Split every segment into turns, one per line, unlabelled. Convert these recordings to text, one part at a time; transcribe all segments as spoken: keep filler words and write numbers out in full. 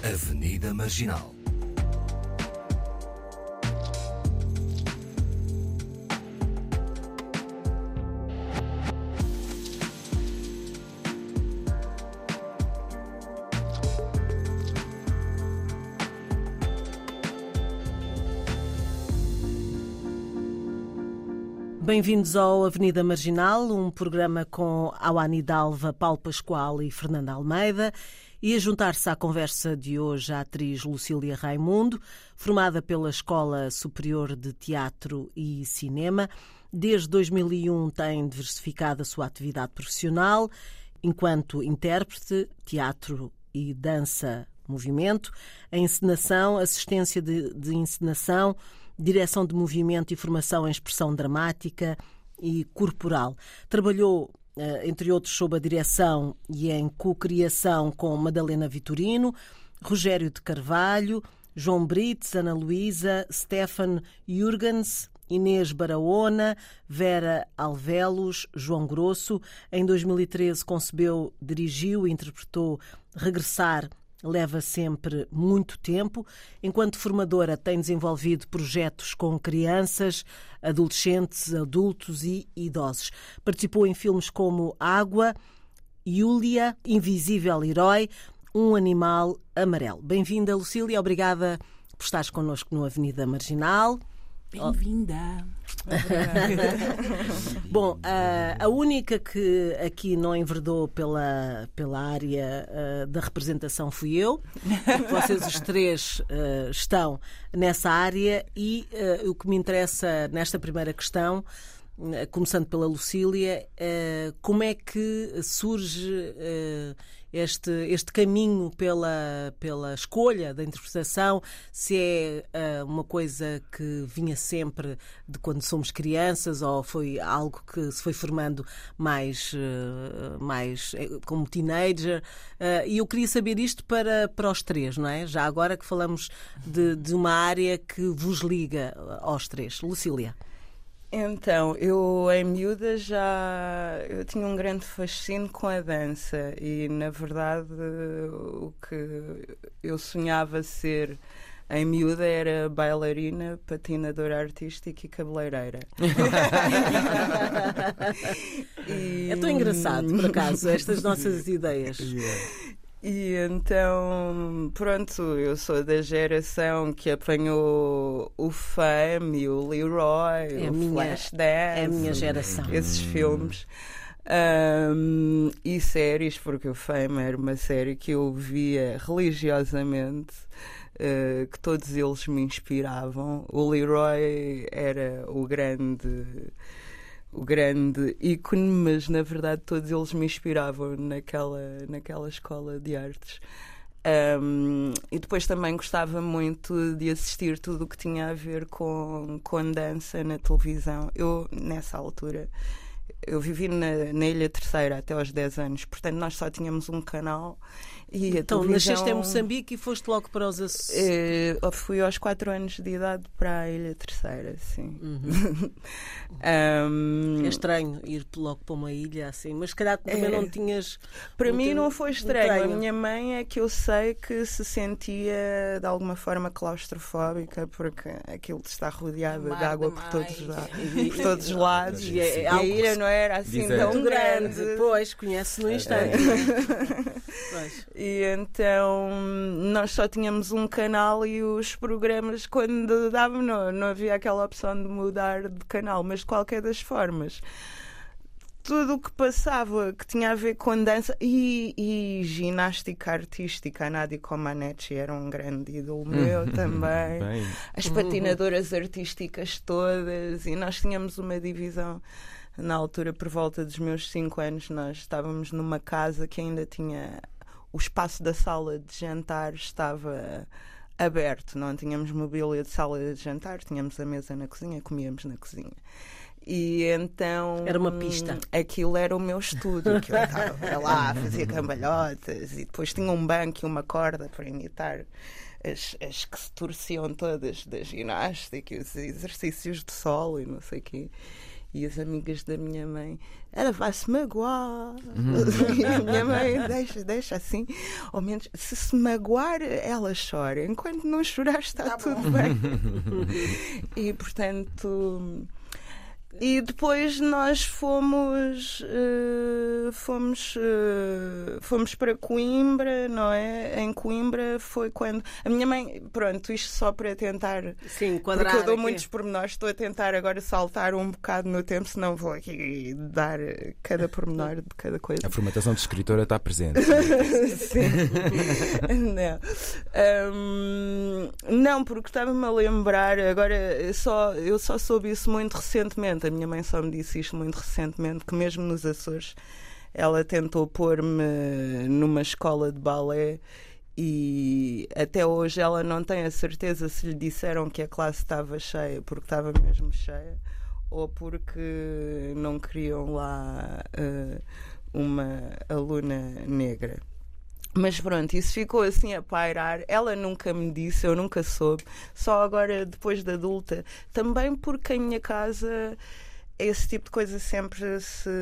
Avenida Marginal.
Bem-vindos ao Avenida Marginal, um programa com Awani Dalva, Paulo Pascoal e Fernanda Almeida. E a juntar-se à conversa de hoje a atriz Lucília Raimundo, formada pela Escola Superior de Teatro e Cinema. Desde dois mil e um tem diversificado a sua atividade profissional enquanto intérprete, teatro e dança, movimento, a encenação, assistência de, de encenação, direção de movimento e formação em expressão dramática e corporal. Trabalhou, entre outros, sob a direção e em co-criação com Madalena Vitorino, Rogério de Carvalho, João Brites, Ana Luísa, Stefan Jürgens, Inês Barahona, Vera Alvelos, João Grosso. Em dois mil e treze concebeu, dirigiu e interpretou Regressar leva sempre muito tempo. Enquanto formadora, tem desenvolvido projetos com crianças, adolescentes, adultos e idosos. Participou em filmes como Água, Júlia, Invisível Herói, Um Animal Amarelo. Bem-vinda, Lucília. Obrigada por estares connosco no Avenida Marginal.
Bem-vinda.
Bom, a, a única que aqui não enverdou pela, pela área uh, da representação fui eu. Vocês os três uh, estão nessa área e uh, o que me interessa nesta primeira questão, uh, começando pela Lucília, uh, como é que surge uh, este, este caminho pela, pela escolha da interpretação? Se é uh, uma coisa que vinha sempre de quando somos crianças ou foi algo que se foi formando mais, uh, mais como teenager? Uh, e eu queria saber isto para, para os três, não é? Já agora que falamos de, de uma área que vos liga aos três. Lucília.
Então, eu em miúda já eu tinha um grande fascínio com a dança e, na verdade, o que eu sonhava ser em miúda era bailarina, patinadora artística e cabeleireira.
e... É tão engraçado, por acaso, estas nossas ideias.
E então, pronto, eu sou da geração que apanhou o Fame e o Leroy,
é
o
minha,
Flashdance.
É a minha geração.
Esses filmes. Um, e séries, porque o Fame era uma série que eu via religiosamente, uh, que todos eles me inspiravam. O Leroy era o grande... o grande ícone, mas na verdade todos eles me inspiravam naquela, naquela escola de artes. Um, e depois também gostava muito de assistir tudo o que tinha a ver com, com dança na televisão. Eu, nessa altura, eu vivi na, na Ilha Terceira até aos dez anos, portanto nós só tínhamos um canal. E
então,
televisão... nasceste
em Moçambique e foste logo para os Açores?
Uh, fui aos quatro anos de idade para a Ilha Terceira, sim.
Uhum. um... É estranho ir logo para uma ilha assim, mas se calhar também é... não tinhas...
Para mim não foi estranho. A minha mãe é que eu sei que se sentia de alguma forma claustrofóbica, porque aquilo está rodeado de água por todos, por todos os lados. E, é, é a ilha não era assim tão grande. grande.
Pois, conhece no instante.
Pois. E então nós só tínhamos um canal e os programas, quando davam, não, não havia aquela opção de mudar de canal, mas de qualquer das formas tudo o que passava que tinha a ver com dança e, e ginástica artística, a Nadia Comaneci era um grande ídolo meu também.
Bem.
As patinadoras artísticas todas, e nós tínhamos uma divisão. Na altura, por volta dos meus cinco anos, nós estávamos numa casa que ainda tinha... O espaço da sala de jantar estava aberto, não tínhamos mobília de sala de jantar, tínhamos a mesa na cozinha, comíamos na cozinha. E então...
Era uma pista.
Aquilo era o meu estúdio, que eu estava lá, fazia cambalhotas, e depois tinha um banco e uma corda para imitar as, as que se torciam todas da ginástica e os exercícios de solo e não sei o quê. E as amigas da minha mãe, ela vai-se magoar. Uhum. E a minha mãe, deixa, deixa assim. Ao menos, se se magoar, ela chora. Enquanto não chorar, está tá tudo bom. Bem. E, portanto... E depois nós fomos uh, fomos uh, fomos para Coimbra, não é? Em Coimbra foi quando a minha mãe, pronto, isto só para tentar,
sim, quadrar,
porque eu dou
aqui.
muitos pormenores, estou a tentar agora saltar um bocado no tempo, senão vou aqui dar cada pormenor de cada coisa.
A formatação de escritora está presente.
Sim. Não. Um, não, porque estava-me a lembrar, agora só, eu só soube isso muito recentemente. A minha mãe só me disse isto muito recentemente, que mesmo nos Açores ela tentou pôr-me numa escola de balé e até hoje ela não tem a certeza se lhe disseram que a classe estava cheia porque estava mesmo cheia ou porque não queriam lá uh, uma aluna negra. Mas pronto, isso ficou assim a pairar. Ela nunca me disse, eu nunca soube. Só agora, depois de adulta. Também porque em minha casa esse tipo de coisa sempre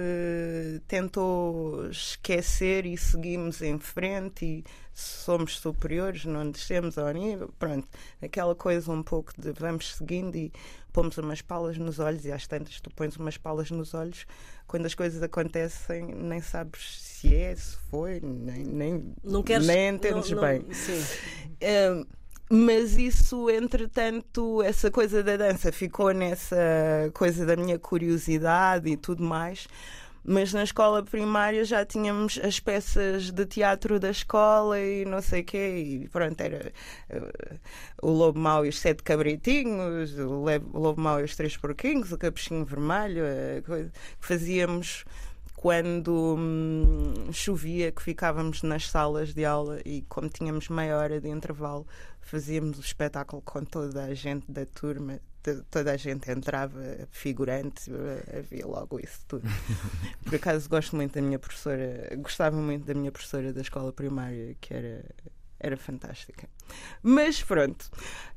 se tentou esquecer e seguimos em frente e somos superiores, não descemos ao nível. Pronto, aquela coisa um pouco de vamos seguindo e pomos umas palas nos olhos e às tantas tu pões umas palas nos olhos. Quando as coisas acontecem, nem sabes se é, se foi, nem, nem,
não queres,
nem entendes
não, não,
bem.
Sim.
Um, mas isso, entretanto, essa coisa da dança ficou nessa coisa da minha curiosidade e tudo mais. Mas na escola primária já tínhamos as peças de teatro da escola e não sei o quê. E pronto, era uh, o Lobo Mau e os Sete Cabritinhos, o, Le- o Lobo Mau e os Três Porquinhos, o Capuchinho Vermelho, a coisa que fazíamos quando hum, chovia, que ficávamos nas salas de aula e como tínhamos meia hora de intervalo, fazíamos o espetáculo com toda a gente da turma. Toda a gente entrava, figurante, havia logo isso tudo. Por acaso gosto muito da minha professora, gostava muito da minha professora da escola primária, que era, era fantástica. Mas pronto,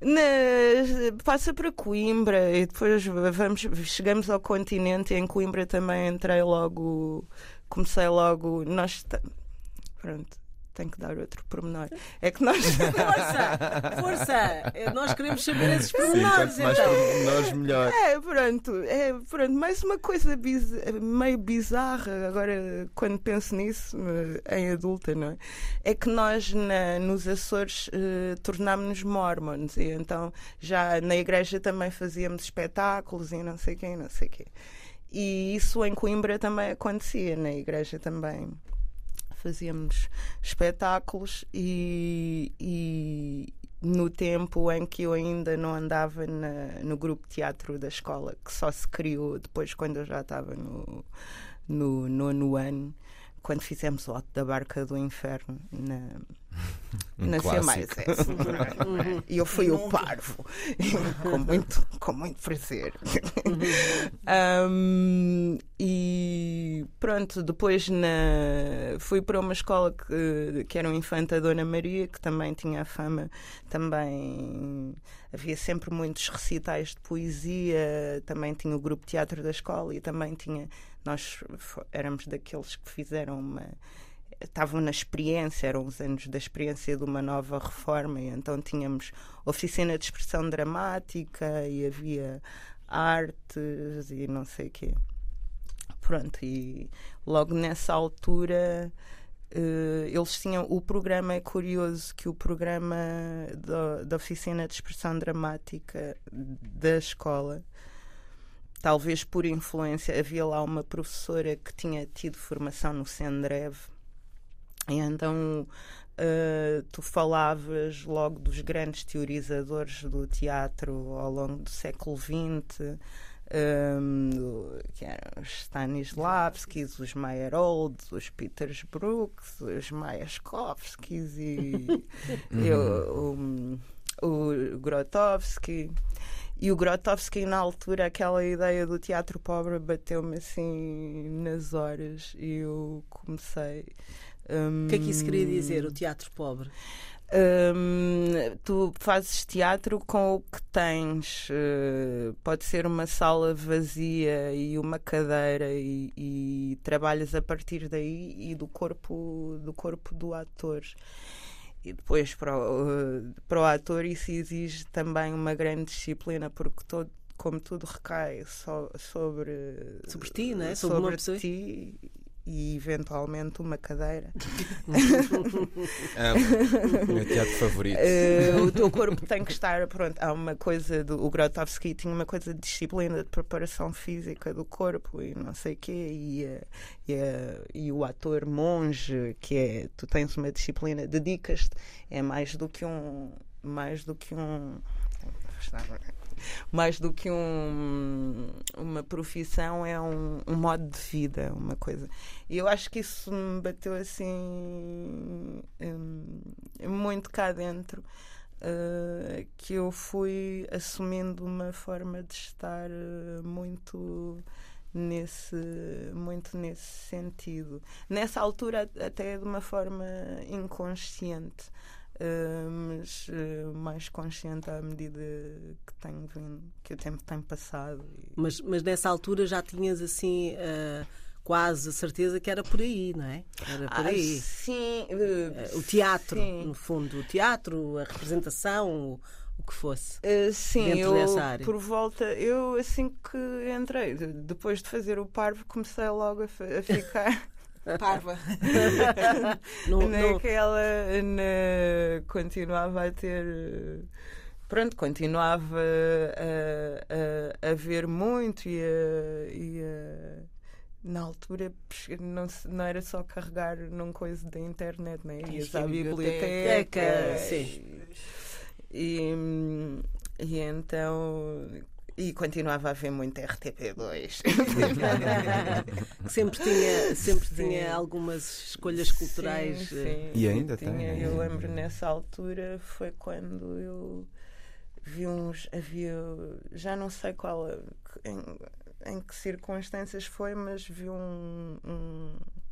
nas, passa para Coimbra e depois vamos, chegamos ao continente e em Coimbra também entrei logo, comecei logo, nós, pronto. Tenho que dar outro pormenor. É que nós.
Força! Força! Nós queremos saber esses pormenores.
Sim, mais
então.
pormenores, melhor.
É, pronto. É, pronto. Mais uma coisa biz... meio bizarra, agora, quando penso nisso, em adulta, não é? É que nós, na, nos Açores, eh, tornámos-nos mormons. E então, já na igreja também fazíamos espetáculos e não sei quem, não sei quê. E isso em Coimbra também acontecia, na igreja também. Fazíamos espetáculos e, e no tempo em que eu ainda não andava na, no grupo de teatro da escola, que só se criou depois quando eu já estava no, no nono ano, quando fizemos o Alto da Barca do Inferno na,
um
na C mais S. E eu fui o parvo com muito, com muito prazer. um, e pronto, depois na, fui para uma escola que, que era o Infanta Dona Maria, que também tinha a fama, também havia sempre muitos recitais de poesia, também tinha o grupo de teatro da escola e também tinha, nós éramos daqueles que fizeram uma, estavam na experiência, eram os anos da experiência de uma nova reforma, e então tínhamos oficina de expressão dramática e havia artes e não sei o quê. Pronto, e logo nessa altura uh, eles tinham, o programa, é curioso que o programa do, da oficina de expressão dramática da escola, talvez por influência, havia lá uma professora que tinha tido formação no Sendreve. E então uh, tu falavas logo dos grandes teorizadores do teatro ao longo do século vinte, um, que eram os Stanislavskis, os Meyerholds, os Peters Brooks, os Mayakovskis e eu, o, o Grotowski. E o Grotowski, na altura, aquela ideia do teatro pobre bateu-me assim nas horas e eu comecei...
O um, que é que isso queria dizer, o teatro pobre?
Hum, tu fazes teatro com o que tens. Uh, pode ser uma sala vazia e uma cadeira e, e trabalhas a partir daí e do corpo do corpo do ator. E depois para o, uh, para o ator isso exige também uma grande disciplina, porque todo, como tudo recai so, sobre
sobre ti, não é? Sobre, sobre uma pessoa.
Ti, e eventualmente uma cadeira.
Amo. Meu teatro favorito.
Uh, o teu corpo tem que estar pronto. Há uma coisa do o Grotowski tinha uma coisa de disciplina, de preparação física do corpo e não sei o quê, e, uh, e, uh, e o ator monge, que é tu tens uma disciplina, dedicas-te, é mais do que um mais do que um mais do que um, uma profissão, é um, um modo de vida, uma coisa. E eu acho que isso me bateu assim um, muito cá dentro, uh, que eu fui assumindo uma forma de estar uh, muito nesse muito nesse sentido. Nessa altura até de uma forma inconsciente. Uh, mas uh, mais consciente à medida que tenho vindo, que o tempo tem passado. E...
Mas, mas nessa altura já tinhas assim uh, quase a certeza que era por aí, não é? Era por
Ai,
aí.
Sim. Uh,
uh, o teatro,
sim.
no fundo, o teatro, a representação, o, o que fosse.
Uh, sim,
dentro
eu,
dessa área.
Por volta, eu assim que entrei, depois de fazer o Parvo, comecei logo a, a ficar.
Parva.
no,
Naquela na, continuava a ter pronto, continuava a, a, a ver muito e, a, e a, na altura não, não era só carregar num coisa da internet, né? Ias à biblioteca,
biblioteca sim.
E, e então E continuava a ver muito R T P dois.
sempre tinha, sempre tinha algumas escolhas culturais.
Sim, sim.
E ainda
tinha,
tem.
Eu lembro nessa altura foi quando eu vi uns. Havia. Já não sei qual. Em, em que circunstâncias foi, mas vi um. um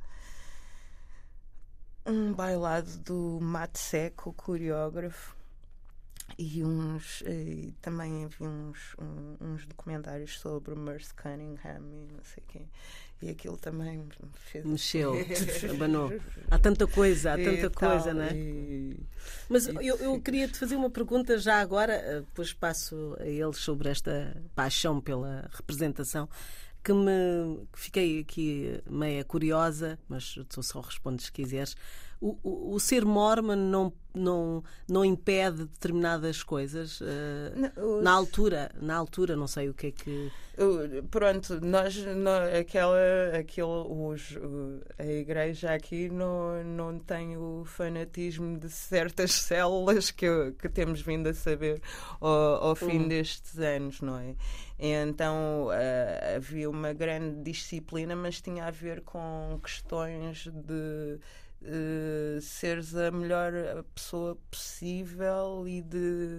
um bailado do Matt Seco, coreógrafo. E uns e também havia uns, um, uns documentários sobre o Merce Cunningham e não sei quem. E aquilo também me fez.
Mexeu, abanou. Há tanta coisa, há tanta
e
coisa,
tal,
não é?
E,
Mas
e
eu, eu queria te fazer uma pergunta já agora, depois passo a eles sobre esta paixão pela representação, que me que fiquei aqui meia curiosa, mas tu só respondes se quiseres. O, o, o ser mormon não, não, não impede determinadas coisas? Uh,
não, os...
Na altura, na altura, não sei o que é que...
Pronto, nós, nós aquela, aquele, os, a igreja aqui não, não tem o fanatismo de certas células que, que temos vindo a saber ao, ao fim hum. destes anos, não é? Então uh, havia uma grande disciplina, mas tinha a ver com questões de uh, seres a melhor pessoa possível e de,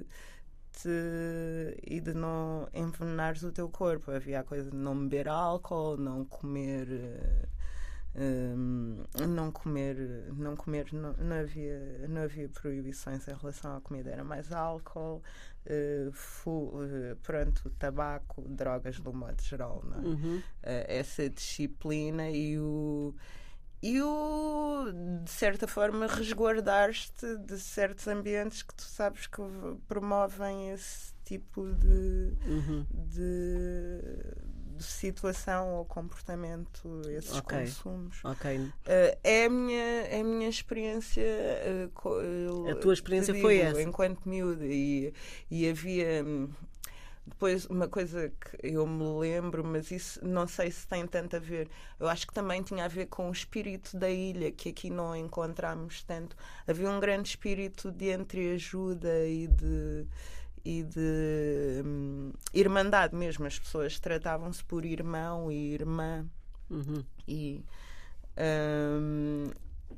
de, e de não envenenares o teu corpo. Havia a coisa de não beber álcool, não comer... Uh, Um, não comer, não, comer não, não, havia, não havia proibições em relação à comida, era mais álcool, uh, fu, uh, pronto, tabaco, drogas do modo geral, não é?
Uhum.
Uh, essa disciplina e o, e o, de certa forma, resguardar-te de certos ambientes que tu sabes que promovem esse tipo de,
uhum.
de de situação ou comportamento, esses
okay.
consumos.
Okay.
Uh, é, a minha, é a minha experiência. Uh, co, uh,
a tua experiência
digo,
foi essa?
Enquanto miúda. E, e havia. Depois, uma coisa que eu me lembro, mas isso não sei se tem tanto a ver. Eu acho que também tinha a ver com o espírito da ilha, que aqui não encontramos tanto. Havia um grande espírito de entreajuda e de. e de hum, irmandade mesmo. As pessoas tratavam-se por irmão e irmã.
Uhum.
E, hum,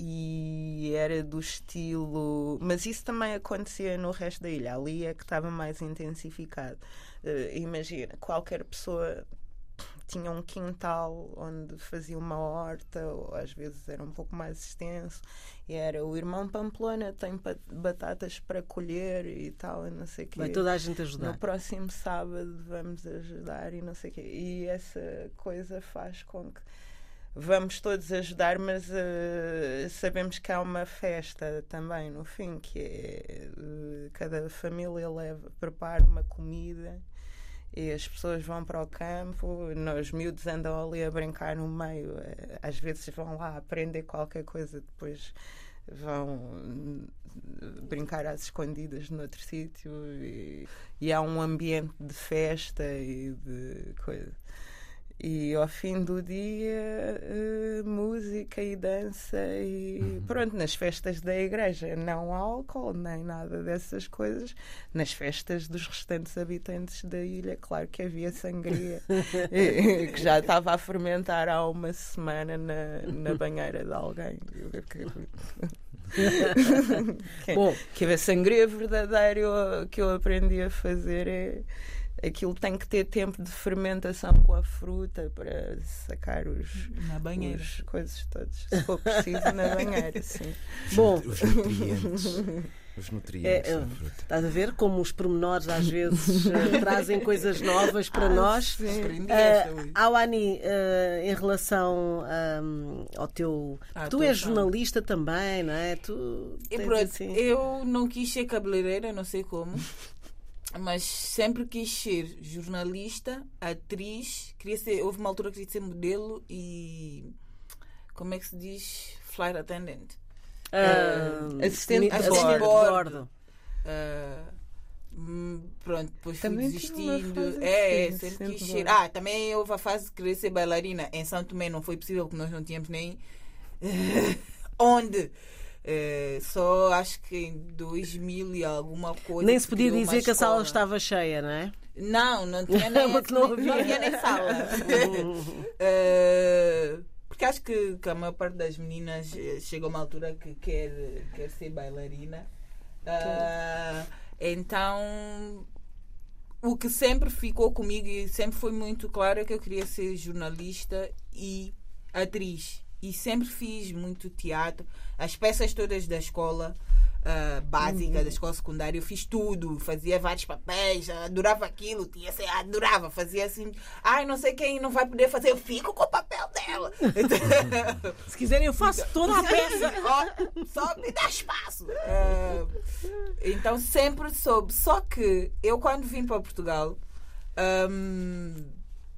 e era do estilo... Mas isso também acontecia no resto da ilha. Ali é que estava mais intensificado. Uh, imagina, qualquer pessoa tinha um quintal onde fazia uma horta, ou às vezes era um pouco mais extenso, e era o irmão Pamplona tem batatas para colher e tal, e não sei o quê.
Vai toda a gente ajudar.
No próximo sábado vamos ajudar e não sei o quê. E essa coisa faz com que vamos todos ajudar, mas uh, sabemos que há uma festa também no fim, que é uh, cada família leva, prepara uma comida e as pessoas vão para o campo, os miúdos andam ali a brincar no meio, às vezes vão lá aprender qualquer coisa, depois vão brincar às escondidas noutro sítio, e, e há um ambiente de festa e de coisa. E ao fim do dia, uh, música e dança e pronto, nas festas da igreja não há álcool, nem nada dessas coisas. Nas festas dos restantes habitantes da ilha, claro que havia sangria, que já estava a fermentar há uma semana na, na banheira de alguém.
Bom,
que a sangria verdadeira eu, que eu aprendi a fazer é... Aquilo tem que ter tempo de fermentação com a fruta para sacar os,
na banheira.
Os coisas todas. Se for preciso, na banheira, sim.
Bom,
os nutrientes. Os nutrientes
é,
da fruta.
Estás a ver como os pormenores às vezes uh, trazem coisas novas para
ah,
nós.
Uh,
Awani, uh, em relação um, ao teu.
Ah,
tu és jornalista também, não é? Tu
e
tens
pronto,
assim...
eu não quis ser cabeleireira, não sei como. Mas sempre quis ser jornalista, atriz, queria ser, houve uma altura que queria ser modelo e, como é que se diz? Flight attendant.
Uh,
uh, assistente
de
bordo.
bordo.
Uh, pronto, depois
também
fui desistindo.
É,
é, sempre quis ser. Ah, também houve a fase de querer ser bailarina. Em São Tomé não foi possível, porque nós não tínhamos nem onde. Uh, só acho que em dois mil e alguma coisa.
Nem se podia dizer que
escola.
a sala estava cheia, não é?
Não, não tinha nem,
Porque não havia.
não havia nem sala. uh, porque acho que, que a maior parte das meninas chega a uma altura que quer, quer ser bailarina. Uh, então, o que sempre ficou comigo e sempre foi muito claro é que eu queria ser jornalista e atriz. E sempre fiz muito teatro. As peças todas da escola uh, básica, uhum. da escola secundária, eu fiz tudo. Fazia vários papéis, adorava aquilo, tinha, assim, adorava. Fazia assim, ai, não sei quem não vai poder fazer, eu fico com o papel dela.
Se quiserem, eu faço toda a peça.
Só me dá espaço. Uh, então sempre soube. Só que eu, quando vim para Portugal, um,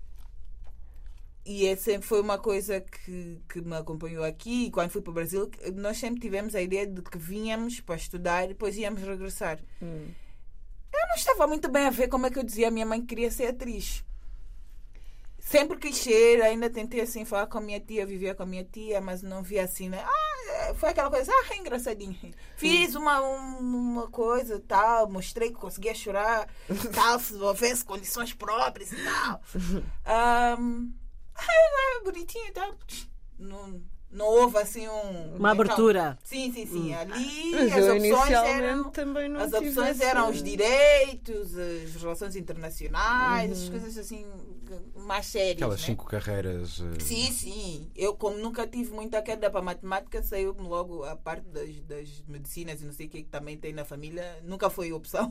e é sempre foi uma coisa que, que me acompanhou aqui, e quando fui para o Brasil, nós sempre tivemos a ideia de que vínhamos para estudar e depois íamos regressar. Hum. Eu não estava muito bem a ver como é que eu dizia à minha mãe que queria ser atriz. Sempre quis ser, ainda tentei assim falar com a minha tia, vivia com a minha tia, mas não via assim, né? Ah, foi aquela coisa, ah, é engraçadinho. Fiz uma, um, uma coisa tal, mostrei que conseguia chorar, tal, se houvesse condições próprias e tal. Um, ah, bonitinho e tal. Não, não houve assim um...
Uma abertura.
Então, sim, sim, sim.
Hum.
Ali
mas
as opções eram...
Também não
as opções
tivesse...
eram os direitos, as relações internacionais, uhum. essas coisas assim mais sérias.
Aquelas
né?
cinco carreiras. Uh...
Sim, sim. Eu, como nunca tive muita queda para matemática, saiu-me logo a parte das, das medicinas e não sei o que, que também tem na família. Nunca foi opção.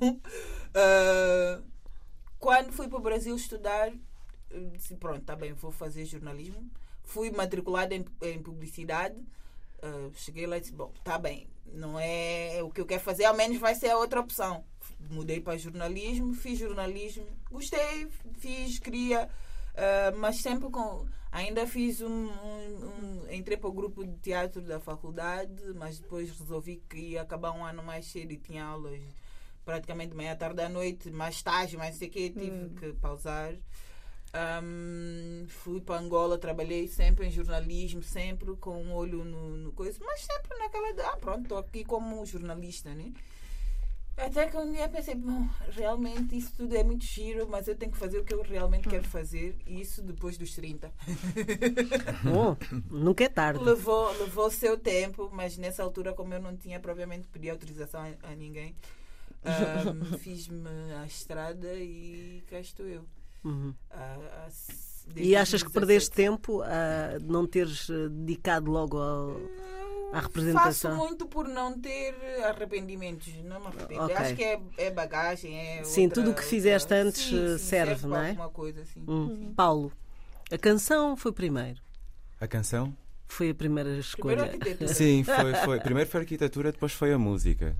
Uh, quando fui para o Brasil estudar, disse, pronto, tá bem, vou fazer jornalismo. Fui matriculada em, em publicidade. Uh, cheguei lá e disse, bom, tá bem, não é o que eu quero fazer, ao menos vai ser a outra opção. Mudei para jornalismo, fiz jornalismo, gostei, fiz, queria, uh, mas sempre com... Ainda fiz um, um, um... Entrei para o grupo de teatro da faculdade, mas depois resolvi que ia acabar um ano mais cedo e tinha aulas praticamente de manhã, tarde à noite, mais estágio, mais não sei o que, tive hum. que pausar. Um, fui para Angola, trabalhei sempre em jornalismo, sempre com um olho no, no coisa, mas sempre naquela ah, pronto, estou aqui como jornalista, né? Até que um dia pensei, bom, realmente isso tudo é muito giro, mas eu tenho que fazer o que eu realmente quero fazer, e isso depois dos trinta.
Bom, nunca é tarde.
Levou, levou o seu tempo, mas nessa altura, como eu não tinha propriamente pedido autorização a, a ninguém, um, fiz-me à estrada e cá estou eu.
Uhum.
Há, há
E achas que perdeste tempo a não teres dedicado logo ao, à representação?
Faço muito por não ter arrependimentos. Não me arrependo.
Okay.
Acho que é, é bagagem. É
sim,
outra,
tudo o que fizeste
outra...
antes
sim, sim,
serve,
serve
não é?
alguma coisa, sim.
Hum.
Sim.
Paulo, a canção foi primeiro?
A canção?
Foi a primeira escolha?
Primeiro arquitetura.
Sim, foi, foi. Primeiro foi a arquitetura, depois foi a música.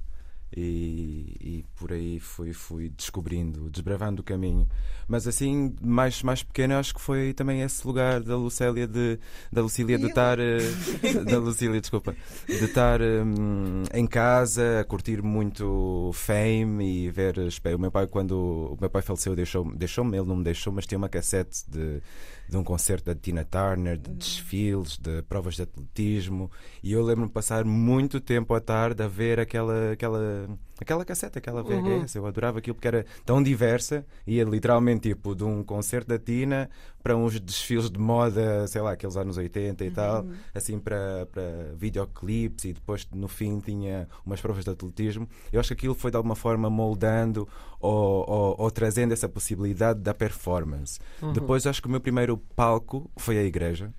E, e por aí fui, fui descobrindo, desbravando o caminho. Mas assim, mais, mais pequeno, acho que foi também esse lugar da Lucélia de, da Lucília de estar uh, da Lucília, desculpa, de estar um, em casa a curtir muito Fame e ver o meu pai, quando o meu pai faleceu, deixou-me, deixou-me, ele não me deixou, mas tinha uma cassete de, de um concerto da Tina Turner, de desfiles, de provas de atletismo, e eu lembro-me de passar muito tempo à tarde a ver aquela, aquela, aquela cassete, aquela V H S. Uhum. Eu adorava aquilo porque era tão diversa, ia literalmente tipo de um concerto da Tina para uns desfiles de moda, sei lá, aqueles anos oitenta e uhum. tal, assim para, para videoclipes, e depois no fim tinha umas provas de atletismo. Eu acho que aquilo foi de alguma forma moldando ou, ou, ou trazendo essa possibilidade da performance. Uhum. Depois acho que o meu primeiro palco foi a igreja.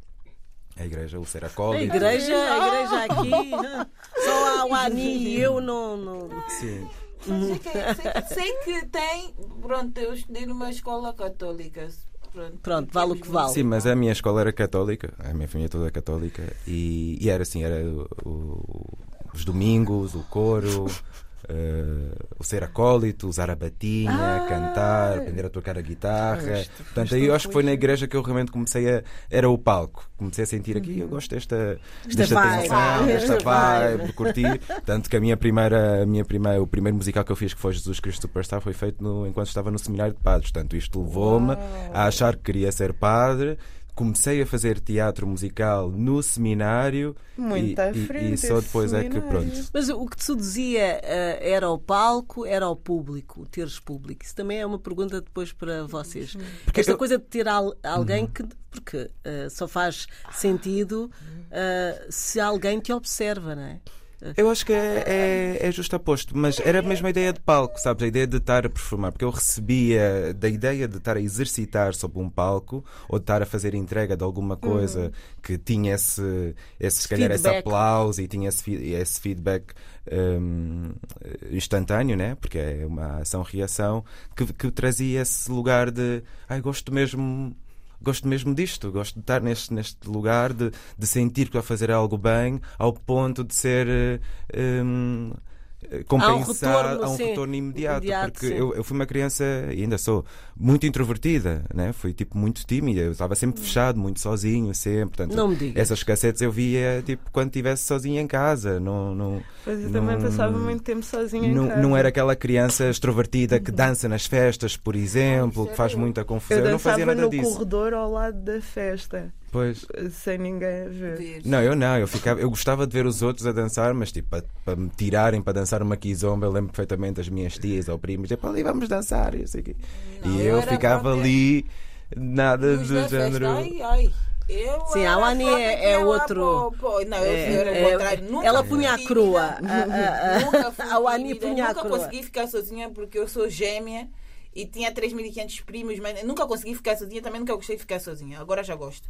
A igreja, o ser acólito.
A igreja, a igreja aqui, só a Wani e eu não. não...
Sim.
Sei que, sei, sei que tem. Pronto, eu estudei numa escola católica. Pronto,
Pronto vale o que vale.
Sim, mas a minha escola era católica, a minha família toda católica, e, e era assim: era o, o, os domingos, o coro. Uh, o ser acólito, usar a batinha, ah, cantar, aprender a tocar a guitarra. Isto, Portanto, aí eu acho que foi na igreja que eu realmente comecei a. Era o palco. Comecei a sentir aqui, eu gosto desta, desta
vibe.
tensão, desta vibe, curtir. Tanto que a minha primeira, a minha primeira, o primeiro musical que eu fiz, que foi Jesus Cristo Superstar, foi feito no, enquanto estava no seminário de padres. Portanto, isto levou-me a achar que queria ser padre. Comecei a fazer teatro musical no seminário.
Muito
e,
à frente,
e, e só depois é que pronto.
Mas o que te seduzia uh, era o palco, era o público, o teres público? Isso também é uma pergunta depois para vocês. Porque esta eu... coisa de ter al- alguém uhum. que. Porque uh, só faz sentido uh, se alguém te observa, não é?
Eu acho que é, é, é justaposto, mas era a mesma ideia de palco, sabes? A ideia de estar a performar, porque eu recebia da ideia de estar a exercitar sobre um palco ou de estar a fazer entrega de alguma coisa uhum. que tinha esse, esse se calhar, esse aplauso e tinha esse, esse feedback um, instantâneo, né? Porque é uma ação-reação que, que trazia esse lugar de ai, gosto mesmo. Gosto mesmo disto, gosto de estar neste, neste lugar, de, de sentir que estou a fazer algo bem, ao ponto de ser um, compensado a um retorno, um retorno imediato, imediato porque eu, eu fui uma criança, e ainda sou, muito introvertida, né? Fui tipo muito tímida, eu estava sempre fechado, muito sozinho, sempre. Portanto,
não me digas.
Essas cassetes eu via tipo quando estivesse sozinho em casa. Não, não,
pois eu
não,
também passava muito tempo sozinho em
não,
casa.
Não era aquela criança extrovertida que dança nas festas, por exemplo, que faz muita confusão.
Eu,
eu não fazia nada
no
disso.
Corredor ao lado da festa.
Pois.
Sem ninguém a ver.
Não, eu não, eu, ficava, eu gostava de ver os outros a dançar, mas tipo, para, para me tirarem para dançar uma quizomba, eu lembro perfeitamente das minhas tias ou primos, tipo, ali vamos dançar, e, sei que. Não, e eu, eu ficava ali, nada do género.
Ai, ai. Eu
Sim, a Wani é, é outro.
Pô, pô. Não, eu
é,
era
é,
o contrário. Nunca
ela punha a crua.
Nunca fui
a Wani punha a
nunca
crua.
consegui ficar sozinha porque eu sou gêmea e tinha três mil e quinhentos primos, mas nunca consegui ficar sozinha. Também nunca gostei de ficar sozinha. Agora já gosto.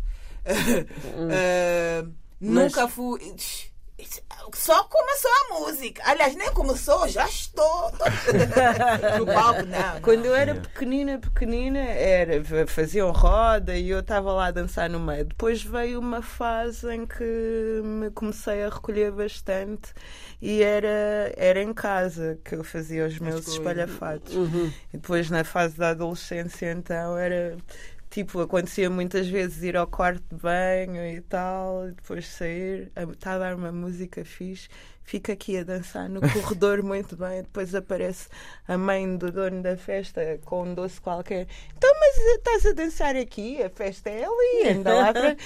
uh, nunca mas... fui. Só começou a música. Aliás, nem começou, já estou no palco. Não, não.
Quando eu era pequenina, pequenina, era, faziam roda e eu estava lá a dançar no meio. Depois veio uma fase em que me comecei a recolher bastante e era, era em casa que eu fazia os meus espalhafatos. Uhum. E depois, na fase da adolescência, então, era... Tipo, acontecia muitas vezes ir ao quarto de banho e tal, e depois sair, está a dar uma música fixe, fica aqui a dançar no corredor muito bem, depois aparece a mãe do dono da festa com um doce qualquer. Então, mas estás a dançar aqui? A festa é ali, anda lá para...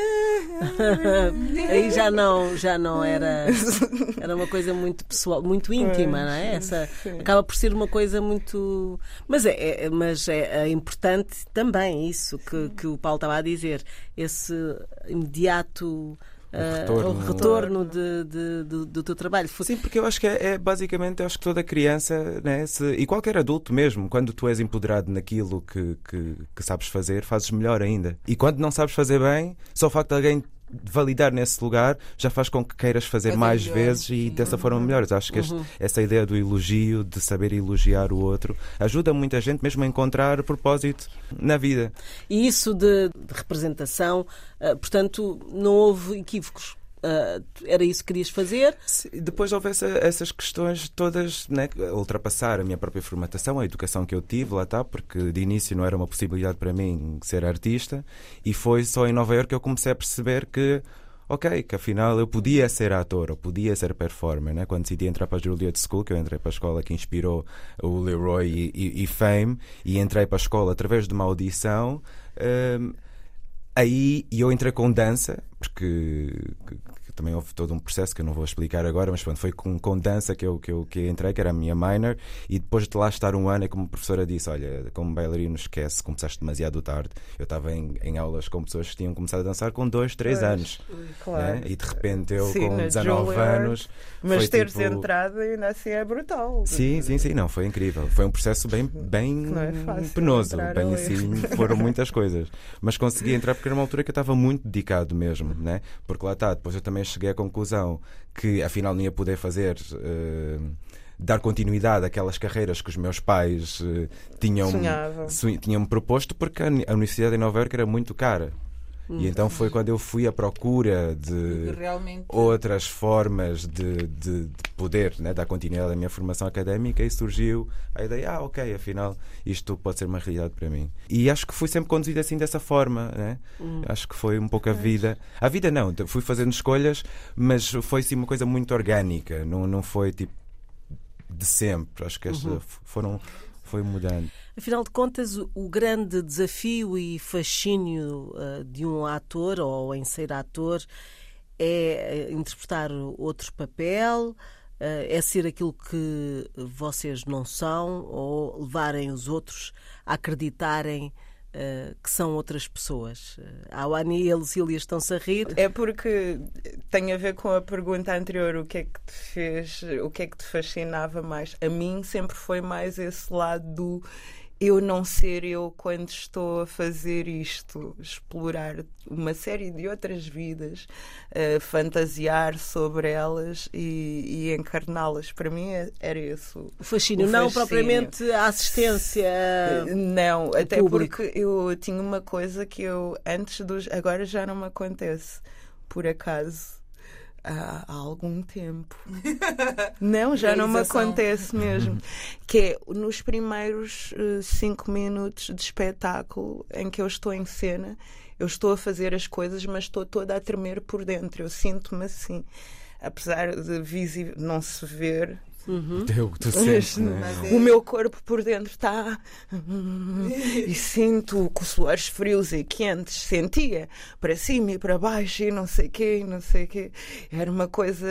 Aí já não, já não era... Era uma coisa muito pessoal, muito íntima, não é? Essa, acaba por ser uma coisa muito... Mas é, é, mas é, é importante também isso que, que o Paulo estava a dizer, esse imediato uh,
retorno,
o retorno de, de, de, do teu trabalho. Foi...
Sim, porque eu acho que é, é basicamente, eu acho que toda criança, né, se, e qualquer adulto mesmo, quando tu és empoderado naquilo que, que, que sabes fazer, fazes melhor ainda. E quando não sabes fazer bem, só o facto de alguém validar nesse lugar já faz com que queiras fazer
Fazer
mais
melhor,
vezes e
sim.
dessa forma melhores. Acho que este,
Uhum.
essa ideia do elogio, de saber elogiar o outro, ajuda muita gente mesmo a encontrar propósito na vida.
E isso de, de representação, uh, portanto, não houve equívocos. Uh, era isso que querias fazer?
Sim, depois houve essa, essas questões todas, né, ultrapassar a minha própria formatação, a educação que eu tive, lá está, porque de início não era uma possibilidade para mim ser artista, e foi só em Nova Iorque que eu comecei a perceber que, ok, que afinal eu podia ser ator, ou podia ser performer, né? Quando decidi entrar para a Juilliard School, que eu entrei para a escola que inspirou o Leroy e, e, e Fame, e entrei para a escola através de uma audição. hum, Aí eu entrei com dança, porque que, que também houve todo um processo que eu não vou explicar agora, mas pronto, foi com, com dança que eu, que, eu, que eu entrei, que era a minha minor, e depois de lá estar um ano é como a professora disse, olha, como bailarino esquece, começaste demasiado tarde. Eu estava em, em aulas com pessoas que tinham começado a dançar com dois, três
Pois,
anos.
claro.
Né? E de repente eu
Sim,
com
na
dezanove
Juilliard,
anos...
Mas
foi
teres
tipo...
entrado ainda assim é brutal.
Sim, sim, sim, não, foi incrível. Foi um processo bem, bem
Não é fácil
penoso,
entrar
bem
ali.
assim, foram muitas coisas. Mas consegui entrar porque era uma altura que eu estava muito dedicado mesmo, né? Porque lá está, depois eu também cheguei à conclusão que afinal não ia poder fazer. Uh, dar continuidade àquelas carreiras que os meus pais uh, tinham,
Sonhavam.
tinham-me proposto, porque a, a Universidade em Nova Iorque era muito cara. E então foi quando eu fui à procura de
Realmente.
outras formas de, de, de poder, né, dar continuidade à minha formação académica, e surgiu a ideia, ah, ok, afinal isto pode ser uma realidade para mim. E acho que fui sempre conduzido assim dessa forma, né? Hum. Acho que foi um pouco a vida. A vida não, fui fazendo escolhas, mas foi sim uma coisa muito orgânica, não, não foi tipo de sempre. Acho que estas uhum. foram... foi mudando.
Afinal de contas, o grande desafio e fascínio uh, de um ator, ou em ser ator, é interpretar outro papel, uh, é ser aquilo que vocês não são, ou levarem os outros a acreditarem Uh, que são outras pessoas. Uh, a Awani e a Lucília estão-se a rir.
É porque tem a ver com a pergunta anterior, o que é que te fez, o que é que te fascinava mais? A mim sempre foi mais esse lado do eu não ser eu quando estou a fazer isto, explorar uma série de outras vidas, uh, fantasiar sobre elas e, e encarná-las. Para mim era esse o,
o fascínio.
o
não
fascínio.
Propriamente a assistência.
Não, até
público.
Porque eu tinha uma coisa que eu antes dos... Agora já não me acontece, por acaso. Há, há algum tempo. Não, já não me acontece mesmo. Que é nos primeiros uh, cinco minutos de espetáculo em que eu estou em cena, eu estou a fazer as coisas, mas estou toda a tremer por dentro. Eu sinto-me assim. Apesar de visível não se ver.
Uhum.
Teu, tu sentes, né?
O meu corpo por dentro está e sinto com suores frios e quentes, sentia para cima e para baixo e não sei o quê, não sei o quê. Era uma coisa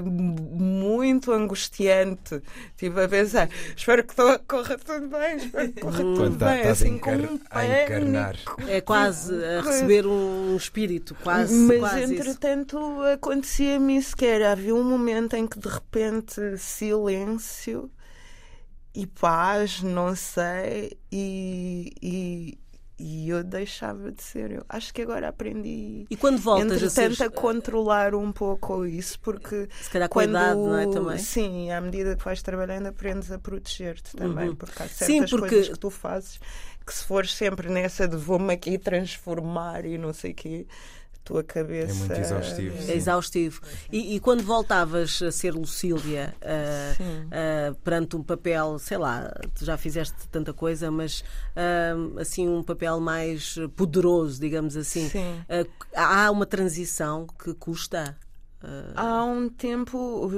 muito angustiante. Estive a pensar, espero que corra tudo bem, espero que corra tudo
tá,
bem,
tá
assim
encar-
com um
a encarnar.
É quase a receber um espírito, quase.
Mas
quase
entretanto isso. Acontecia-me isso, que era, havia um momento em que de repente silêncio e paz, não sei, e, e, e eu deixava de ser eu. Acho que agora aprendi,
e quando voltas
entretanto,
a, ser...
a controlar um pouco isso, porque
se calhar com a
quando,
idade, não é, também?
Sim, à medida que vais trabalhando aprendes a proteger-te também,
uhum.
porque há certas
sim, porque...
coisas que tu fazes que se fores sempre nessa de vou-me aqui transformar e não sei o quê, tua cabeça...
É muito exaustivo.
É exaustivo. E, e quando voltavas a ser Lucília, uh, uh, perante um papel, sei lá, tu já fizeste tanta coisa, mas uh, assim um papel mais poderoso, digamos assim, uh, há uma transição que custa? Uh...
Há um tempo, uh,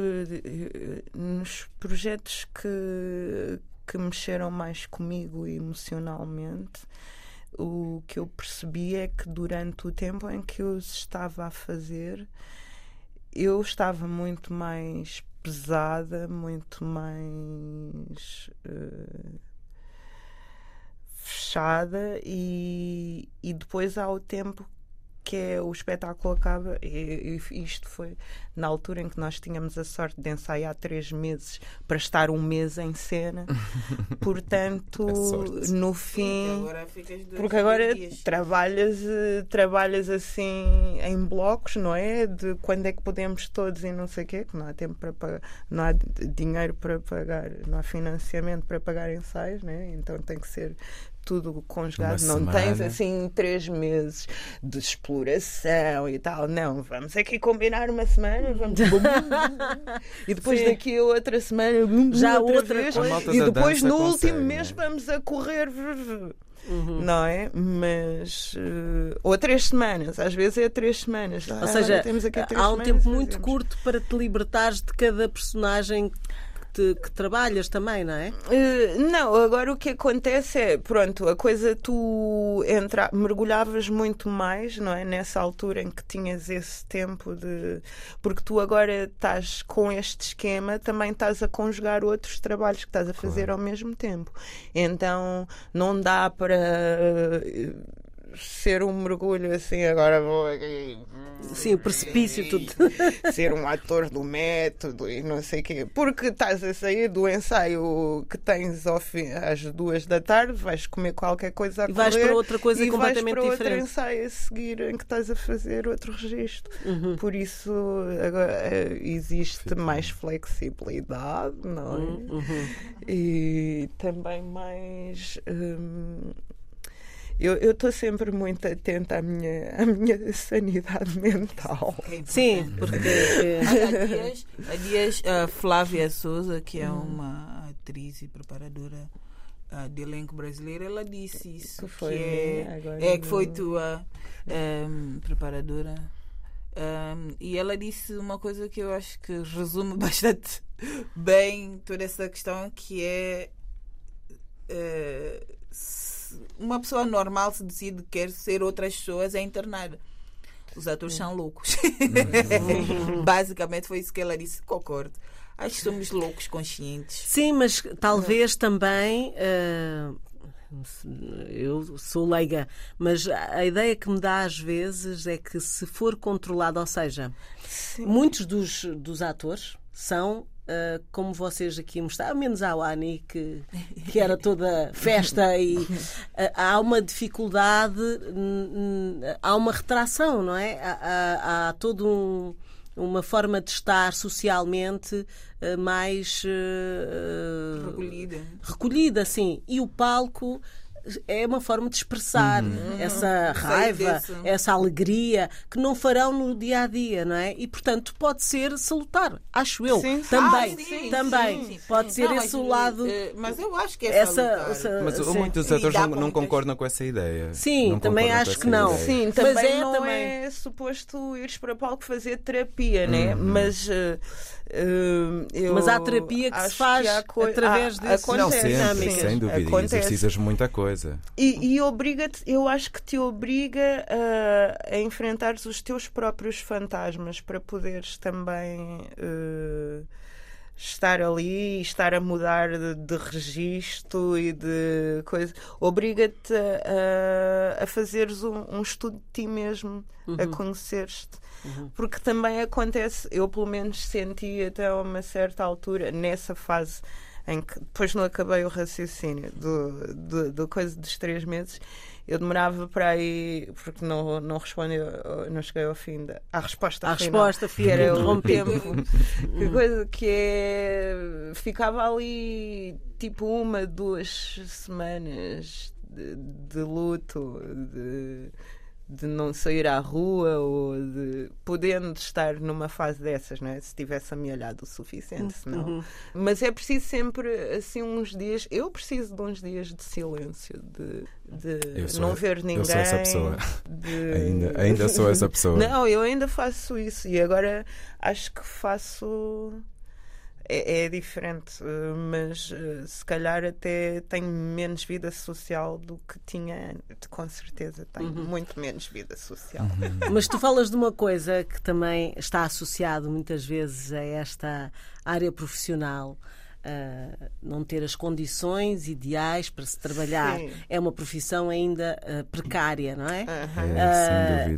nos projetos que, que mexeram mais comigo emocionalmente, o que eu percebi é que durante o tempo em que eu os estava a fazer, eu estava muito mais pesada, muito mais uh, fechada, e, e depois há o tempo que é o espetáculo acaba, e, e isto foi na altura em que nós tínhamos a sorte de ensaiar três meses para estar um mês em cena. Portanto, no fim,
agora ficas dois,
porque agora
dias.
trabalhas, trabalhas assim em blocos, não é? De quando é que podemos todos e não sei o quê, que não há tempo para pagar, não há dinheiro para pagar, não há financiamento para pagar ensaios, né? Então tem que ser tudo conjugado. Não
semana.
Tens assim três meses de exploração e tal. Não, vamos aqui combinar uma semana, vamos e depois
Sim.
daqui a outra semana bum,
Já
outra
outra
vez,
coisa.
e depois no último
consegue,
mês
né?
vamos a correr.
Uhum.
Não é? Mas uh, ou três semanas, às vezes é três semanas.
Ou
Ah,
seja,
temos aqui três
há um
semanas,
tempo muito
fazemos.
curto para te libertares de cada personagem que, te, que trabalhas também, não é?
Uh, não, agora o que acontece é, pronto, a coisa tu entra, mergulhavas muito mais, não é? Nessa altura em que tinhas esse tempo de. Porque tu agora estás com este esquema, também estás a conjugar outros trabalhos que estás a fazer
Claro.
ao mesmo tempo. Então não dá para. Uh, ser um mergulho assim, agora vou aqui.
Sim, o precipício, tudo.
Ser um ator do método e não sei o quê. Porque estás a sair do ensaio que tens ao fim, às duas da tarde, vais comer qualquer coisa a
E vais
correr,
para outra coisa
e
completamente
vais para
diferente.
outro ensaio a seguir em que estás a fazer outro registro.
Uhum.
Por isso agora, eh, existe
Fica.
mais flexibilidade, não é?
Uhum.
E também mais. hum, Eu estou sempre muito atenta à minha, à minha sanidade mental.
Sim, porque. eh,
Há dias, há dias a Flávia Souza, que é uma atriz e preparadora uh, de elenco brasileiro, ela disse isso.
Que foi
que é,
minha, agora
é que foi
não-
tua um, preparadora. Um, e ela disse uma coisa que eu acho que resume bastante bem toda essa questão, que é uh, se uma pessoa normal se decide que quer ser outras pessoas, é internada. Os atores são loucos. Basicamente foi isso que ela disse. Concordo. Acho que somos loucos conscientes.
Sim, mas talvez também. eh, eu sou leiga, mas a ideia que me dá às vezes é que se for controlado, ou seja,
Sim.
muitos dos, dos atores são. Uh, como vocês aqui mostraram, menos a Awani, que, que era toda festa, e uh, há uma dificuldade, n- n- há uma retração, não é? Há, há, há toda um, uma forma de estar socialmente uh, mais uh,
Recolhida.
recolhida, sim. E o palco é uma forma de expressar essa raiva,
desse.
essa alegria que não farão no dia a dia, não é? E portanto pode ser salutar, acho eu.
Sim, sim.
Também,
Ah, sim,
também
sim, sim.
pode ser
Não,
esse
mas,
o lado.
eh, Mas eu acho que é
Essa,
salutar.
essa-
Mas
sim.
muitos
E
atores
dá
não, não
contas.
concordam com essa ideia.
Sim,
Não
também
concordam
acho
com
que
essa
não.
ideia.
Sim,
Mas
também
é
não
também-
é suposto ires para palco fazer terapia, né? Mas, uh, uh, eu
Mas há terapia que se
acho
faz
há co-
através
há-
desses-
Não,
acontece,
sempre,
sim,
sem dúvida. E
acontece.
exercitas muita coisa.
E, e obriga-te, eu acho que te obriga a, a enfrentares os teus próprios fantasmas para poderes também uh, estar ali e estar a mudar de, de registro e de coisa. Obriga-te a, a fazeres um, um estudo de ti mesmo, a conheceres-te. Porque também acontece, eu pelo menos senti até a uma certa altura, nessa fase em que depois não acabei o raciocínio do, do, do coisa dos três meses, eu demorava para aí, porque não, não respondeu, não cheguei ao fim da à resposta
À
final,
resposta, fui
que era o
interrompida.
tempo, que coisa que é, ficava ali tipo uma, duas semanas de, de luto, de de não sair à rua, ou de podendo estar numa fase dessas, não é? Se tivesse amealhado o suficiente, senão.
Uhum.
Mas é preciso sempre assim uns dias, eu preciso de uns dias de silêncio, de, de
Eu sou-
não ver ninguém.
eu sou essa pessoa.
de-
Ainda, ainda sou essa pessoa.
Não, eu ainda faço isso e agora acho que faço. É, é diferente, eh, mas eh, se calhar até tenho menos vida social do que tinha antes. Com certeza tenho muito menos vida social.
Mas tu falas de uma coisa que também está associado muitas vezes a esta área profissional. Uh, não ter as condições ideais para se trabalhar.
Sim.
É uma profissão ainda uh, precária, não é?
Aham.
É,
Ah,
sem dúvida.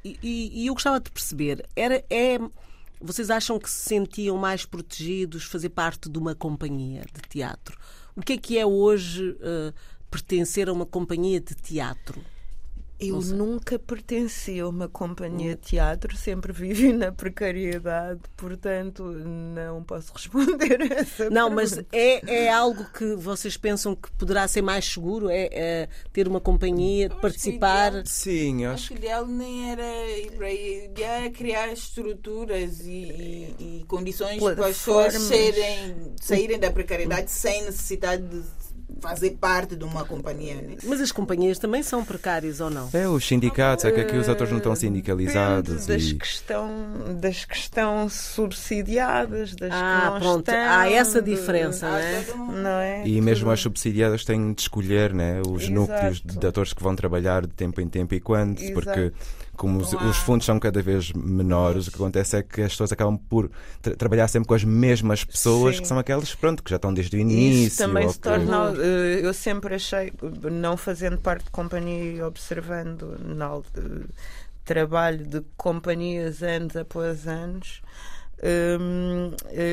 E, e, e eu gostava de perceber, era, é, vocês acham que se sentiam mais protegidos fazer parte de uma companhia de teatro? O que é que é hoje uh, pertencer a uma companhia de teatro?
Eu nunca pertenci a uma companhia de teatro, sempre vivi na precariedade, portanto não posso responder a essa
Não,
pergunta.
mas é, é algo que vocês pensam que poderá ser mais seguro? É, é ter uma companhia,
acho
participar?
que
Sim, eu
Acho
acho
que o ideal nem era ir para aí, o ideal era criar estruturas e, e, e condições para as pessoas
Plataformas.
serem, saírem da precariedade sem necessidade de fazer parte de uma companhia. Né?
Mas as companhias também são precárias ou não?
É, os sindicatos, é que aqui os atores não estão sindicalizados.
Depende das,
E...
que estão, das que estão subsidiadas, das
Ah,
que não
pronto,
estão.
há essa
de-
diferença, não é?
Há todo um-
Não é?
E mesmo
Tudo-
as subsidiadas têm de escolher, né, os
Exato.
núcleos de atores que vão trabalhar de tempo em tempo e quando,
Exato.
porque como os,
Não há-
os fundos são cada vez menores, o que acontece é que as pessoas acabam por tra- trabalhar sempre com as mesmas pessoas,
Sim.
que são aquelas, pronto, que já estão desde o início.
Isso também
ou
se
que-
torna. eh, Eu sempre achei, não fazendo parte de companhia e observando na, eh, trabalho de companhias anos após anos, hum,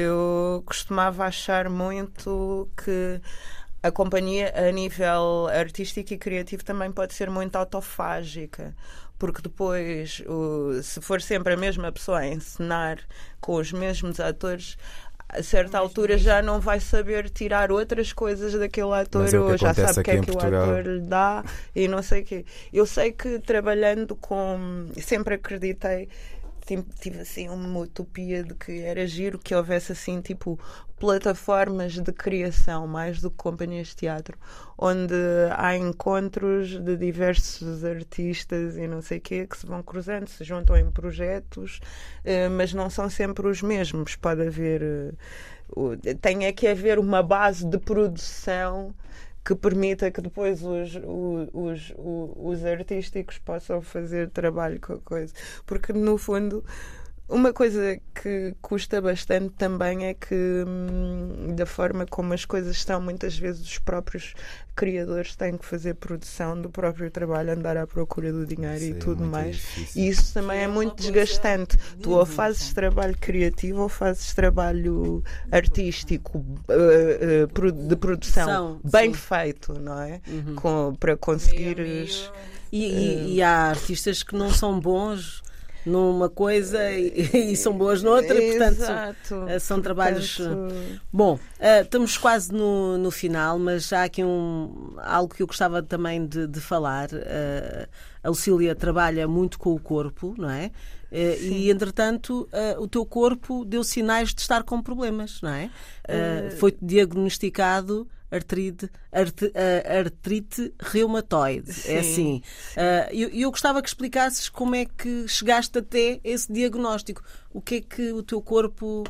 eu costumava achar muito que a companhia, a nível artístico e criativo, também pode ser muito autofágica. Porque depois, o- se for sempre a mesma pessoa a encenar com os mesmos atores, a certa altura já não vai saber tirar outras coisas daquele ator,
Mas é o que
ou já
acontece
sabe o que
aqui
é
em
que o
Portugal.
ator lhe dá e não sei o quê. Eu sei que trabalhando com... Sempre acreditei, tive, tive assim uma utopia de que era giro que houvesse assim tipo plataformas de criação mais do que companhias de teatro, onde há encontros de diversos artistas e não sei o quê que se vão cruzando, se juntam em projetos, eh, mas não são sempre os mesmos. Pode haver eh, o- tem é que haver uma base de produção que permita que depois os, o- os, o- os artísticos possam fazer trabalho com a coisa. Porque, no fundo, uma coisa que custa bastante também é que, hum, da forma como as coisas estão, muitas vezes os próprios criadores têm que fazer produção do próprio trabalho, andar à procura do dinheiro
Isso
e
é
tudo
muito
mais.
difícil.
E isso também
É
é
uma
muito
coisa
desgastante. Tu ou
difícil.
fazes trabalho criativo ou fazes trabalho artístico, eh, eh, pro- de produção
São,
bem
sim.
feito, não é?
Uhum.
Com, para
Meio a
conseguires.
meio.
E, e- e há artistas que não são bons numa coisa e, e são boas noutra, portanto
Exato.
eh, são trabalhos.
Portanto,
Bom, eh, estamos quase no, no final, mas há aqui um, algo que eu gostava também de, de falar. Eh, a Lucília trabalha muito com o corpo, não é? Eh, e, entretanto, eh, o teu corpo deu sinais de estar com problemas, não é? Eh, foi diagnosticado artrite, arte- eh, artrite reumatoide. É assim. Eh, eu, eu gostava que explicasses como é que chegaste até esse diagnóstico. O que é que o teu corpo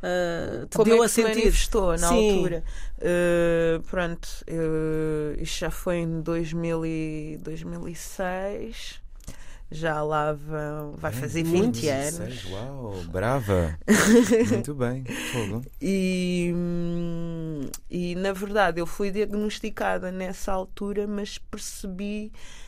uh, te
como
deu
é que
a
se
sentir?
manifestou na
Sim.
altura? Uh, pronto, uh, isto já foi em dois mil e, dois mil e seis. Já lá vão, vai fazer vinte anos.
Uau, brava! Muito bem, fogo.
E, hum, e na verdade eu fui diagnosticada nessa altura, mas percebi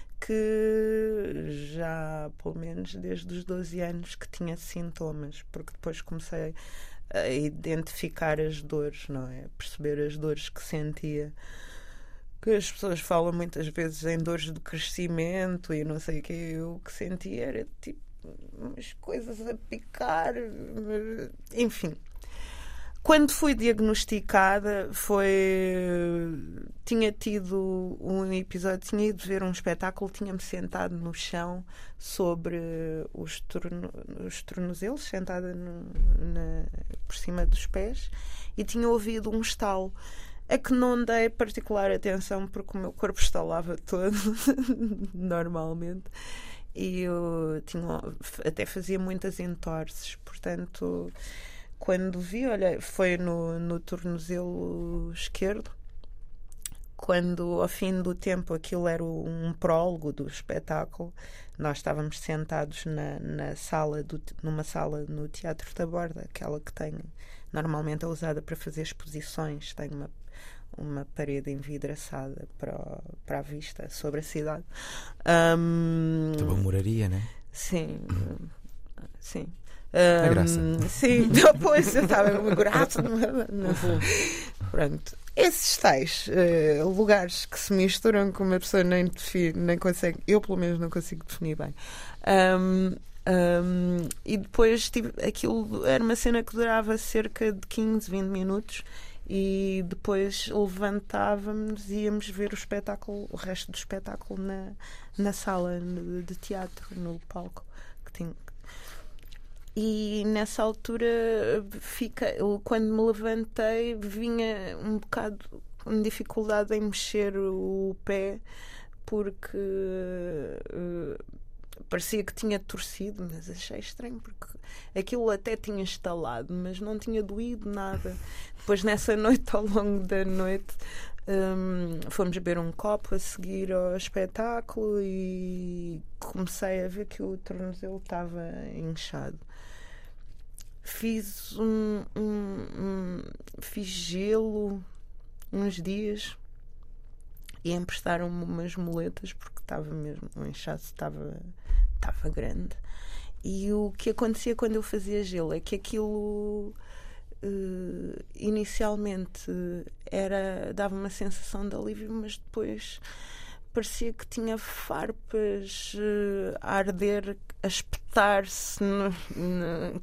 que já pelo menos desde os doze anos que tinha sintomas, porque depois comecei a identificar as dores, não é? Perceber as dores que sentia. Que as pessoas falam muitas vezes em dores de crescimento e não sei o que. Eu o que sentia era tipo umas coisas a picar, enfim. Quando fui diagnosticada foi... Tinha tido um episódio, tinha ido ver um espetáculo, tinha-me sentado no chão sobre os, torno, os tornozelos, sentada no, na, por cima dos pés, e tinha ouvido um estalo. É que não dei particular atenção porque o meu corpo estalava todo normalmente e eu tinha, até fazia muitas entorses, portanto quando vi, olha, foi no, no tornozelo esquerdo, quando ao fim do tempo aquilo era um prólogo do espetáculo, nós estávamos sentados na, na sala do, numa sala no Teatro da Borda, aquela que tem, normalmente é usada para fazer exposições, tem uma uma parede envidraçada para, para a vista sobre a cidade. Um,
Muito bom, moraria, né?
Sim, sim.
A graça.
Um, sim, depois eu estava muito graça. Pronto. Esses tais uh, lugares que se misturam que uma pessoa nem, define, nem consegue, eu pelo menos não consigo definir bem. Um, um, e depois tive, aquilo era uma cena que durava cerca de quinze, vinte minutos. E depois levantávamos e íamos ver o espetáculo, o resto do espetáculo na, na sala de, de teatro, no palco que tinha. E nessa altura fica, eu, quando me levantei vinha um bocado com dificuldade em mexer o pé porque uh, parecia que tinha torcido, mas achei estranho porque aquilo até tinha estalado, mas não tinha doído nada. Depois nessa noite, ao longo da noite, um, fomos beber um copo a seguir ao espetáculo e comecei a ver que o tornozelo estava inchado. Fiz um, um, um fiz gelo uns dias e emprestaram-me umas muletas porque estava mesmo, o inchaço estava, estava grande. E o que acontecia quando eu fazia gelo é que aquilo uh, inicialmente era, dava uma sensação de alívio, mas depois parecia que tinha farpas uh, a arder, a espetar-se no, no,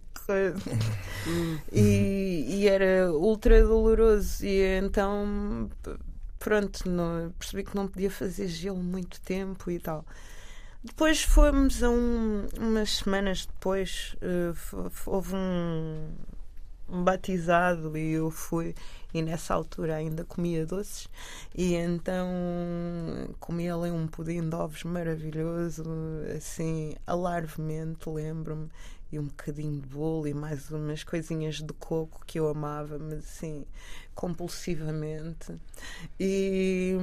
e, e era ultra doloroso. E então pronto, não, percebi que não podia fazer gelo muito tempo e tal. Depois fomos a um, umas semanas depois, uh, houve um, um batizado e eu fui, e nessa altura ainda comia doces, e então comi ali um pudim de ovos maravilhoso, assim, alarvemente, lembro-me, e um bocadinho de bolo e mais umas coisinhas de coco que eu amava, mas assim, compulsivamente. E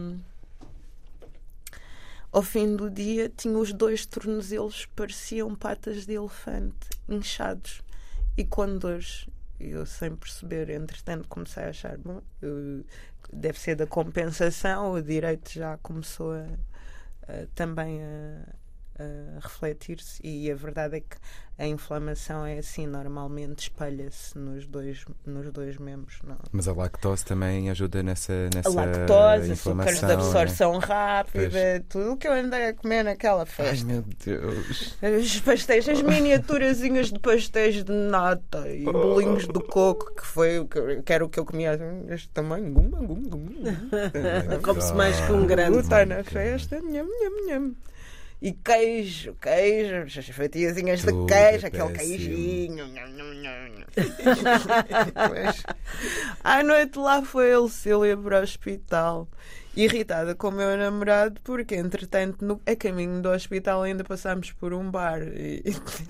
ao fim do dia tinha os dois tornozelos, pareciam patas de elefante, inchados e com dores. Eu, sem perceber, entretanto comecei a achar, bom, eu, deve ser da compensação, o direito já começou a, a, também a, a refletir-se, e a verdade é que a inflamação é assim, normalmente espalha-se nos dois, nos dois membros. Não.
Mas a lactose também ajuda nessa, nessa
a lactose,
inflamação,
açúcares de absorção, né? Rápida,
pois.
Tudo o que eu andei a comer naquela festa.
Ai, meu Deus.
Os pastéis, as miniaturazinhas de pastéis de nata e bolinhos de coco, que foi o que, que era o que eu comia este tamanho. Guma, guma, guma.
Come-se mais que um grande.
Está na festa, nham, nham, nham. E queijo, queijo, as fatiazinhas de
Tudo
queijo,
é
aquele
péssimo.
queijinho. Nham, nham, nham. Depois, à noite lá foi a Lucília para o hospital, irritada com o meu namorado, porque entretanto no, a caminho do hospital ainda passámos por um bar e...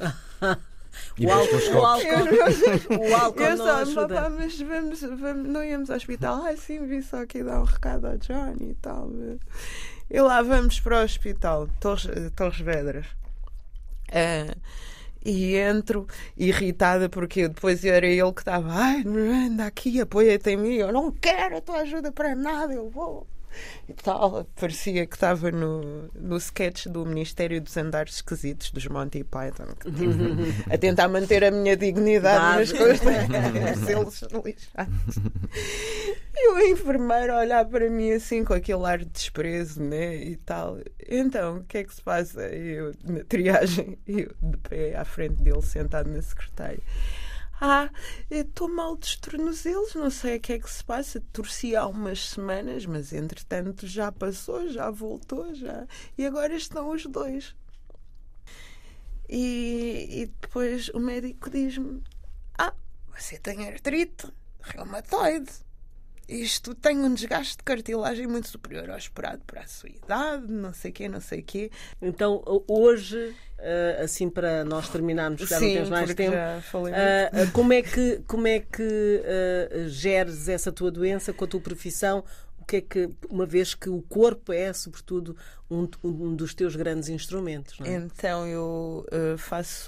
E
o álcool, o álcool, o álcool
eu
não
só,
ajuda.
papá, mas vamos, vamos, não íamos ao hospital. Ah, sim, vi só aqui dar um recado ao Johnny e tal. E lá vamos para o hospital, Torres, Torres Vedras. Uh, e entro irritada porque depois era ele que estava, ai, anda aqui, apoia-te em mim. Eu não quero a tua ajuda para nada, eu vou. E tal, parecia que estava no, no sketch do Ministério dos Andares Esquisitos dos Monty Python, que tive a tentar manter a minha dignidade nas costas, selos lixados. E o enfermeiro a olhar para mim assim com aquele ar de desprezo, né? E tal. Então, o que é que se passa? Eu, na triagem, eu de pé à frente dele, sentado na secretária. Ah, estou mal dos tornozelos, não sei o que é que se passa. Torci há umas semanas, mas entretanto já passou, já voltou, já. E agora estão os dois. E, e depois o médico diz-me: ah, você tem artrite reumatoide. Isto tem um desgaste de cartilagem muito superior ao esperado para a sua idade, não sei o quê, não sei o quê.
Então, hoje, assim para nós terminarmos, já
Sim,
não temos mais tempo,
já falei muito.
como é que, como é que uh, geres essa tua doença com a tua profissão? O que é que, uma vez que o corpo é, sobretudo, um, um dos teus grandes instrumentos, não é?
Então eu uh, faço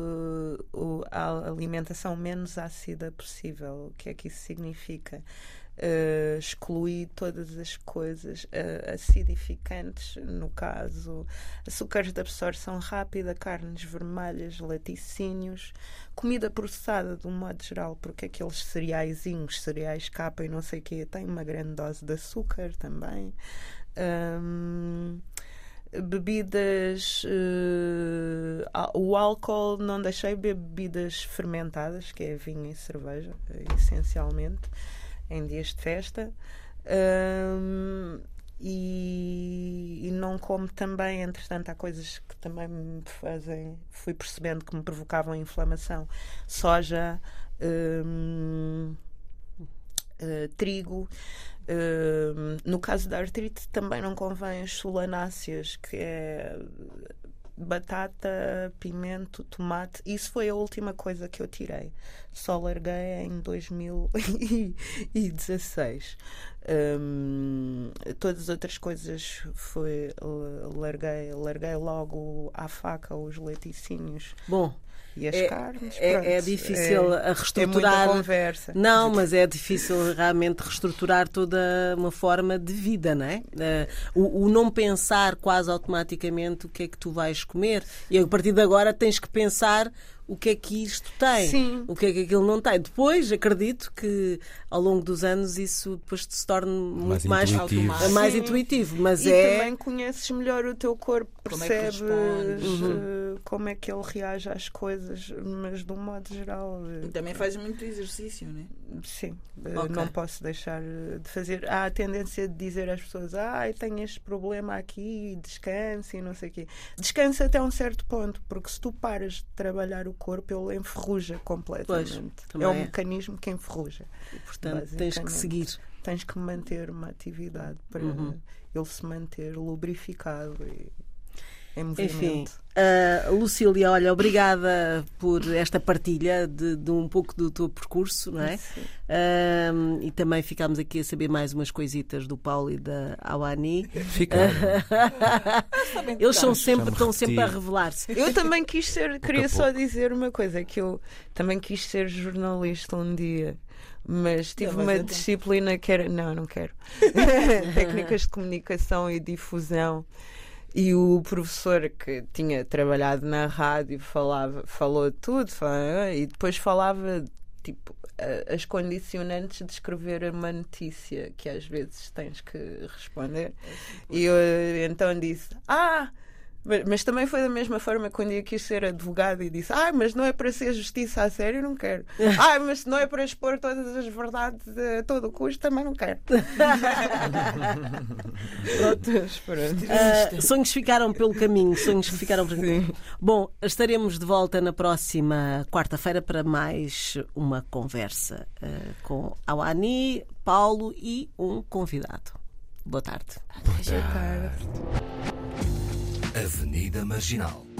uh, a alimentação menos ácida possível. O que é que isso significa? Uh, excluí todas as coisas uh, acidificantes, no caso açúcares de absorção rápida, carnes vermelhas, laticínios, comida processada de um modo geral, porque aqueles cereaizinhos, cereais capa e não sei o quê, têm uma grande dose de açúcar também. Um, bebidas uh, o álcool não deixei, bebidas fermentadas, que é vinho e cerveja, essencialmente em dias de festa, um, e, e não como também, entretanto há coisas que também me fazem, fui percebendo que me provocavam inflamação: soja, um, uh, trigo. Uh, no caso da artrite também não convém as solanáceas, que é batata, pimento, tomate. Isso foi a última coisa que eu tirei. Só larguei em dois mil e dezasseis. Um, todas as outras coisas foi, larguei, larguei logo à faca os laticínios.
Bom,
e as
é,
carnes,
é, é difícil
é,
a reestruturar.
É muita conversa.
Não, mas é difícil realmente reestruturar toda uma forma de vida, não é? Uh, o, o não pensar quase automaticamente o que é que tu vais comer. E a partir de agora tens que pensar o que é que isto tem,
Sim.
o que é que aquilo não tem. Depois, acredito que ao longo dos anos isso depois se torne muito mais
intuitivo,
mais intuitivo, mas
e
é...
também conheces melhor o teu corpo, percebes
como é que,
uhum. como é que ele reage às coisas, mas de um modo geral.
E também faz muito exercício, não é?
Sim,
Okay.
não posso deixar de fazer. Há a tendência de dizer às pessoas: ah, eu tenho este problema aqui, descanse e não sei o quê. Descansa até um certo ponto, porque se tu paras de trabalhar o corpo, ele enferruja completamente.
Pois,
é um
é.
mecanismo que enferruja.
E, portanto, tens que seguir.
Tens que manter uma atividade para
uhum.
ele se manter lubrificado e em movimento.
Enfim, uh, Lucília, olha, obrigada por esta partilha de, de um pouco do teu percurso, não é? Uh, e também ficámos aqui a saber mais umas coisitas do Paulo e da Awani.
Ficaram.
Eles são sempre, estão sempre a revelar-se.
Eu também quis ser, queria só dizer uma coisa, que eu também quis ser jornalista um dia. Mas tive
não, mas
uma
então...
disciplina que era... Não, não quero. Técnicas de comunicação e difusão. E o professor que tinha trabalhado na rádio falava, falou tudo, falava, e depois falava tipo as condicionantes de escrever uma notícia que às vezes tens que responder. E eu então disse: Ah! Mas, mas também foi da mesma forma que um dia quis ser advogado e disse: Ah, mas não é para ser justiça a sério, não quero. Ah, mas não é para expor todas as verdades a todo o custo, também não quero.
uh, sonhos ficaram pelo caminho, sonhos que ficaram pelo caminho. Bom, estaremos de volta na próxima quarta-feira para mais uma conversa uh, com Awani, Paulo e um convidado. Boa tarde.
Boa tarde.
Avenida Marginal.